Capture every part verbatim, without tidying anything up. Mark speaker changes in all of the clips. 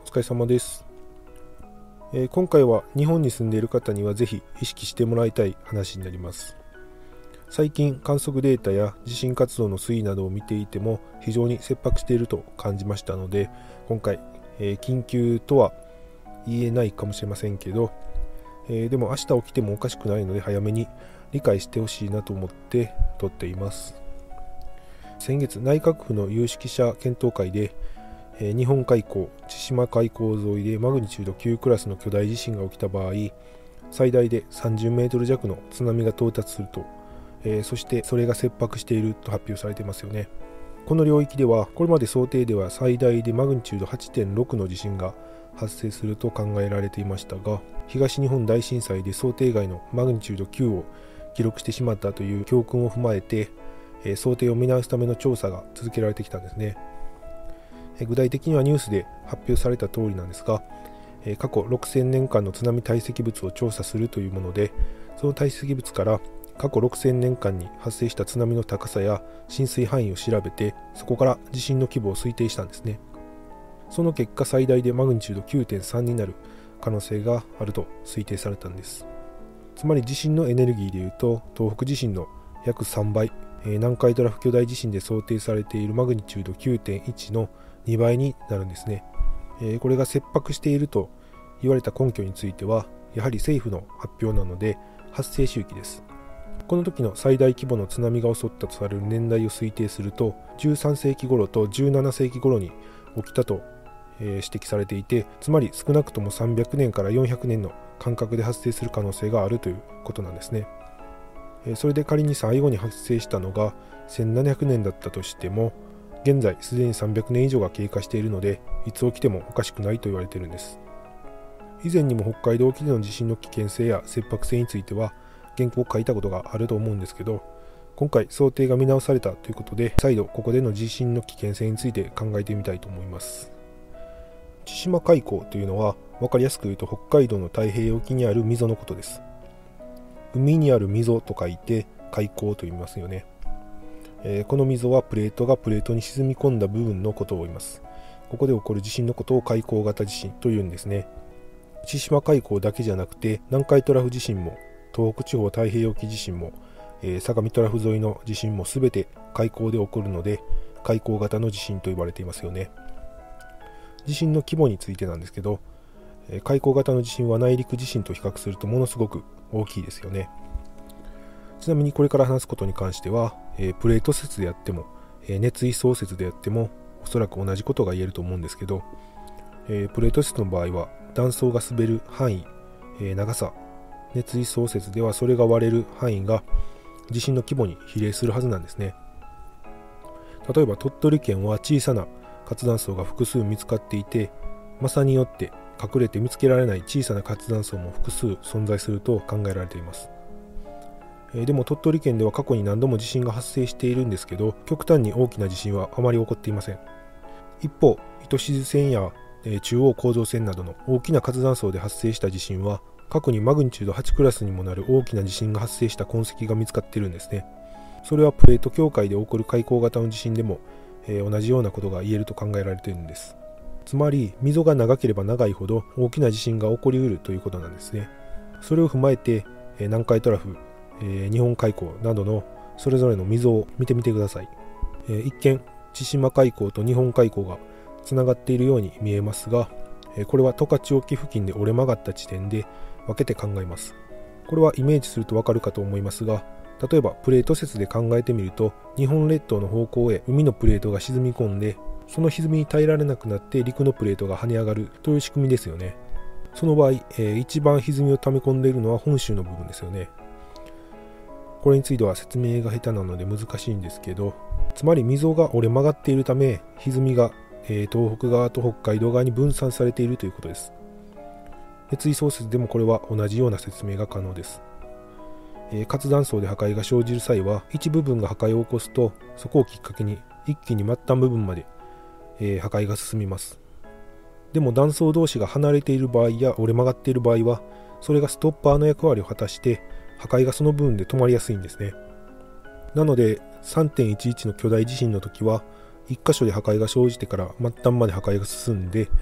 Speaker 1: 疲れ様です、えー、今回は日本に住んでいる方にはぜひ意識してもらいたい話になります。最近観測データや地震活動の推移などを見ていても非常に切迫していると感じましたので、今回、えー、緊急とは言えないかもしれませんけど、えー、でも明日起きてもおかしくないので早めに理解してほしいなと思って撮っています。先月内閣府の有識者検討会で、えー、日本海溝千島海溝沿いでマグニチュードきゅうクラスの巨大地震が起きた場合、最大でさんじゅうメートル弱の津波が到達すると、えー、そしてそれが切迫していると発表されていますよね。この領域ではこれまで想定では最大でマグニチュード はちてんろく の地震が発生すると考えられていましたが、東日本大震災で想定外のマグニチュードきゅうを記録してしまったという教訓を踏まえて、えー、想定を見直すための調査が続けられてきたんですね。えー、具体的にはニュースで発表された通りなんですが、えー、過去ろくせんねんかんの津波堆積物を調査するというもので、その堆積物から過去ろくせんねんかんに発生した津波の高さや浸水範囲を調べて、そこから地震の規模を推定したんですね。その結果、最大でマグニチュード きゅうてんさん になる可能性があると推定されたんです。つまり地震のエネルギーでいうと東北地震の約さんばい、えー、南海トラフ巨大地震で想定されているマグニチュード きゅうてんいち のにばいになるんですね。えー、これが切迫していると言われた根拠については、やはり政府の発表なので発生周期です。この時の最大規模の津波が襲ったとされる年代を推定すると、じゅうさんせいき頃とじゅうななせいき頃に起きたと、えー、指摘されていて、つまり少なくともさんびゃくねんからよんひゃくねんの間隔で発生する可能性があるということなんですね。えー、それで仮に最後に発生したのがせんななひゃくねんだったとしても、現在すでにさんびゃくねん以上が経過しているので、いつ起きてもおかしくないと言われているんです。以前にも北海道沖での地震の危険性や切迫性については原稿を書いたことがあると思うんですけど、今回想定が見直されたということで、再度ここでの地震の危険性について考えてみたいと思います。千島海溝というのは分かりやすく言うと北海道の太平洋沖にある溝のことです。海にある溝と書いて海溝と言いますよね。えー、この溝はプレートがプレートに沈み込んだ部分のことを言います。ここで起こる地震のことを海溝型地震というんですね。千島海溝だけじゃなくて南海トラフ地震も東北地方太平洋沖地震も、えー、相模トラフ沿いの地震もすべて海溝で起こるので海溝型の地震と言われていますよね。地震の規模についてなんですけど、えー、海溝型の地震は内陸地震と比較するとものすごく大きいですよね。ちなみにこれから話すことに関しては、えー、プレート説であっても、えー、熱位相説であってもおそらく同じことが言えると思うんですけど、えー、プレート説の場合は断層が滑る範囲、えー、長さ、熱位相説ではそれが割れる範囲が地震の規模に比例するはずなんですね。例えば鳥取県は小さな活断層が複数見つかっていて、マサによって隠れて見つけられない小さな活断層も複数存在すると考えられています。えー、でも鳥取県では過去に何度も地震が発生しているんですけど、極端に大きな地震はあまり起こっていません。一方、糸静線や、えー、中央構造線などの大きな活断層で発生した地震は過去にマグニチュードはちクラスにもなる大きな地震が発生した痕跡が見つかっているんですね。それはプレート境界で起こる海溝型の地震でも、えー、同じようなことが言えると考えられているんです。つまり溝が長ければ長いほど大きな地震が起こりうるということなんですね。それを踏まえて、えー、南海トラフ、えー、日本海溝などのそれぞれの溝を見てみてください。えー、一見千島海溝と日本海溝がつながっているように見えますが、えー、これは十勝沖付近で折れ曲がった地点で分けて考えます。これはイメージするとわかるかと思いますが、例えばプレート説で考えてみると、日本列島の方向へ海のプレートが沈み込んで、その歪みに耐えられなくなって陸のプレートが跳ね上がるという仕組みですよね。その場合、えー、一番歪みを溜め込んでいるのは本州の部分ですよね。これについては説明が下手なので難しいんですけど、つまり溝が折れ曲がっているため、歪みが、えー、東北側と北海道側に分散されているということです。熱位相説でもこれは同じような説明が可能です。えー、活断層で破壊が生じる際は、一部分が破壊を起こすと、そこをきっかけに一気に末端部分まで、えー、破壊が進みます。でも断層同士が離れている場合や折れ曲がっている場合は、それがストッパーの役割を果たして破壊がその部分で止まりやすいんですね。なので さんてんいちいち の巨大地震の時は、いっ箇所で破壊が生じてから末端まで破壊が進んで、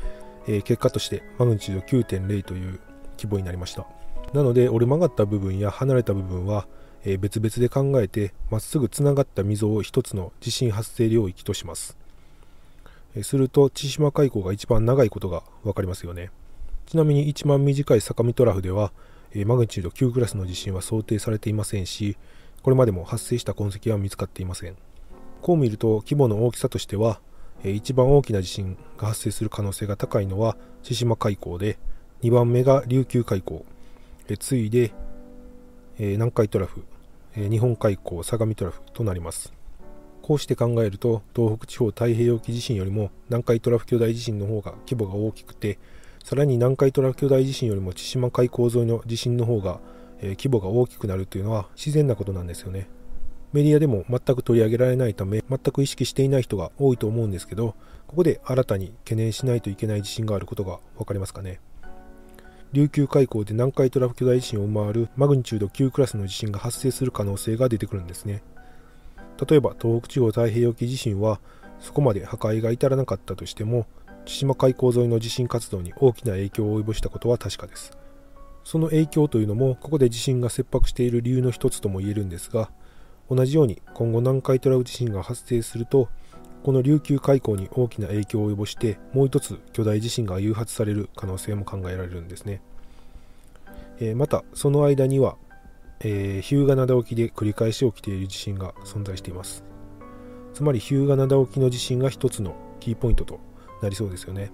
Speaker 1: えー、結果としてマグニチュード きゅうてんゼロ という規模になりました。なので折れ曲がった部分や離れた部分は、えー、別々で考えてまっすぐつながった溝を一つの地震発生領域とします。えー、すると千島海溝が一番長いことが分かりますよね。ちなみに一番短い相模トラフでは、えー、マグニチュードきゅうクラスの地震は想定されていませんし、これまでも発生した痕跡は見つかっていません。こう見ると規模の大きさとしては、えー、一番大きな地震が発生する可能性が高いのは千島海溝で、にばんめが琉球海溝、えー、次いで、えー、南海トラフ、えー、日本海溝、相模トラフとなります。こうして考えると東北地方太平洋沖地震よりも南海トラフ巨大地震の方が規模が大きくて、さらに南海トラフ巨大地震よりも千島海溝沿いの地震の方が、えー、規模が大きくなるというのは自然なことなんですよね。メディアでも全く取り上げられないため全く意識していない人が多いと思うんですけど、ここで新たに懸念しないといけない地震があることが分かりますかね。琉球海溝で南海トラフ巨大地震を上回るマグニチュードきゅうクラスの地震が発生する可能性が出てくるんですね。例えば東北地方太平洋沖地震はそこまで破壊が至らなかったとしても、千島海溝沿いの地震活動に大きな影響を及ぼしたことは確かです。その影響というのもここで地震が切迫している理由の一つとも言えるんですが、同じように今後南海トラフ地震が発生すると、この琉球海溝に大きな影響を及ぼしてもう一つ巨大地震が誘発される可能性も考えられるんですね。えー、またその間には、えー、日向灘沖で繰り返し起きている地震が存在しています。つまり日向灘沖の地震が一つのキーポイントとなりそうですよね。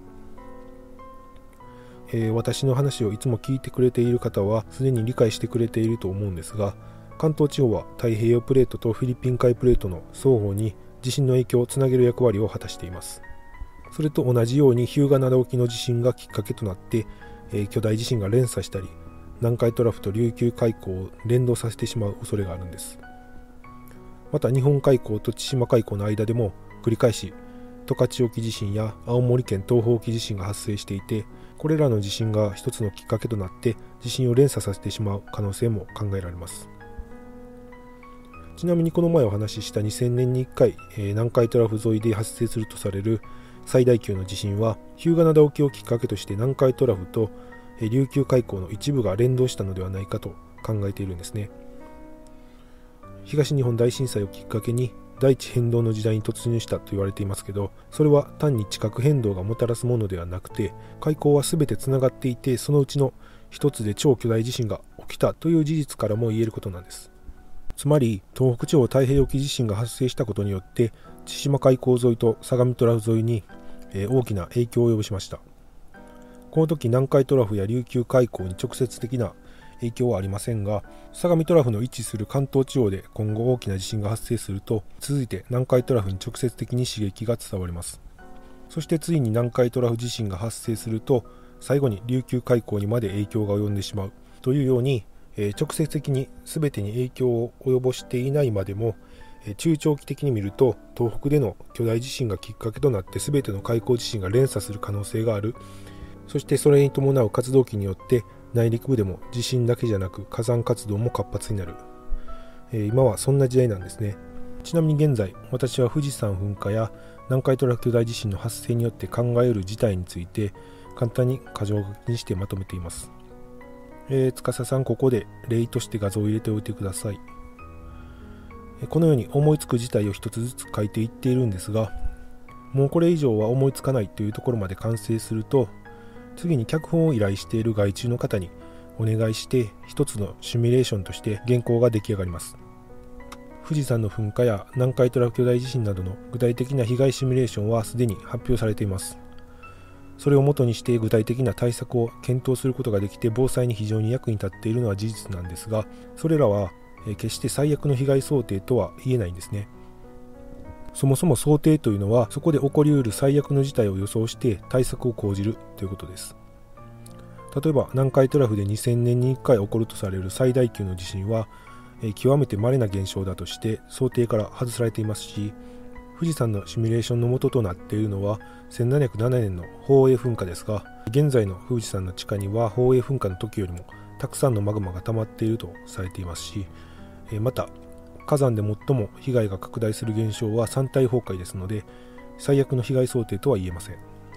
Speaker 1: えー、私の話をいつも聞いてくれている方はすでに理解してくれていると思うんですが、関東地方は太平洋プレートとフィリピン海プレートの双方に地震の影響をつなげる役割を果たしています。それと同じように日向灘沖の地震がきっかけとなって、えー、巨大地震が連鎖したり、南海トラフと琉球海溝を連動させてしまう恐れがあるんです。また日本海溝と千島海溝の間でも繰り返し十勝沖地震や青森県東方沖地震が発生していて、これらの地震が一つのきっかけとなって地震を連鎖させてしまう可能性も考えられます。ちなみにこの前お話ししたにせんねんにいっかい、えー、南海トラフ沿いで発生するとされる最大級の地震は日向灘沖をきっかけとして南海トラフと、えー、琉球海溝の一部が連動したのではないかと考えているんですね。東日本大震災をきっかけに大地変動の時代に突入したと言われていますけど、それは単に地殻変動がもたらすものではなくて、海溝は全てつながっていて、そのうちの一つで超巨大地震が起きたという事実からも言えることなんです。つまり東北地方太平洋沖地震が発生したことによって千島海溝沿いと相模トラフ沿いに、えー、大きな影響を及ぼしました。この時南海トラフや琉球海溝に直接的な影響はありませんが、相模トラフの位置する関東地方で今後大きな地震が発生すると続いて南海トラフに直接的に刺激が伝わります。そしてついに南海トラフ地震が発生すると最後に琉球海溝にまで影響が及んでしまうというように、えー、直接的に全てに影響を及ぼしていないまでも、えー、中長期的に見ると東北での巨大地震がきっかけとなって全ての海溝地震が連鎖する可能性がある。そしてそれに伴う活動期によって内陸部でも地震だけじゃなく火山活動も活発になる、えー、今はそんな時代なんですね。ちなみに現在私は富士山噴火や南海トラフ巨大地震の発生によって考える事態について簡単に箇条書きにしてまとめています。えー、司さんここで例として画像を入れておいてください。このように思いつく事態を一つずつ書いていっているんですが、もうこれ以上は思いつかないというところまで完成すると、次に脚本を依頼している外注の方にお願いして一つのシミュレーションとして原稿が出来上がります。富士山の噴火や南海トラフ巨大地震などの具体的な被害シミュレーションはすでに発表されています。それをもとにして具体的な対策を検討することができて防災に非常に役に立っているのは事実なんですが、それらは決して最悪の被害想定とは言えないんですね。そもそも想定というのはそこで起こりうる最悪の事態を予想して対策を講じるということです。例えば南海トラフでにせんねんにいっかい起こるとされる最大級の地震は極めて稀な現象だとして想定から外されていますし、富士山のシミュレーションの元となっているのはせんななひゃくななねんの宝永噴火ですが、現在の富士山の地下には宝永噴火の時よりもたくさんのマグマが溜まっているとされていますし、また火山で最も被害が拡大する現象は山体崩壊ですので、最悪の被害想定とは言えません。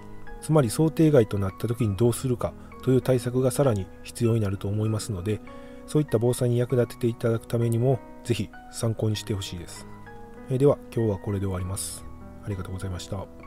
Speaker 1: つまり想定外となった時にどうするかという対策がさらに必要になると思いますので、そういった防災に役立てていただくためにもぜひ参考にしてほしいです。えー、では今日はこれで終わります。ありがとうございました。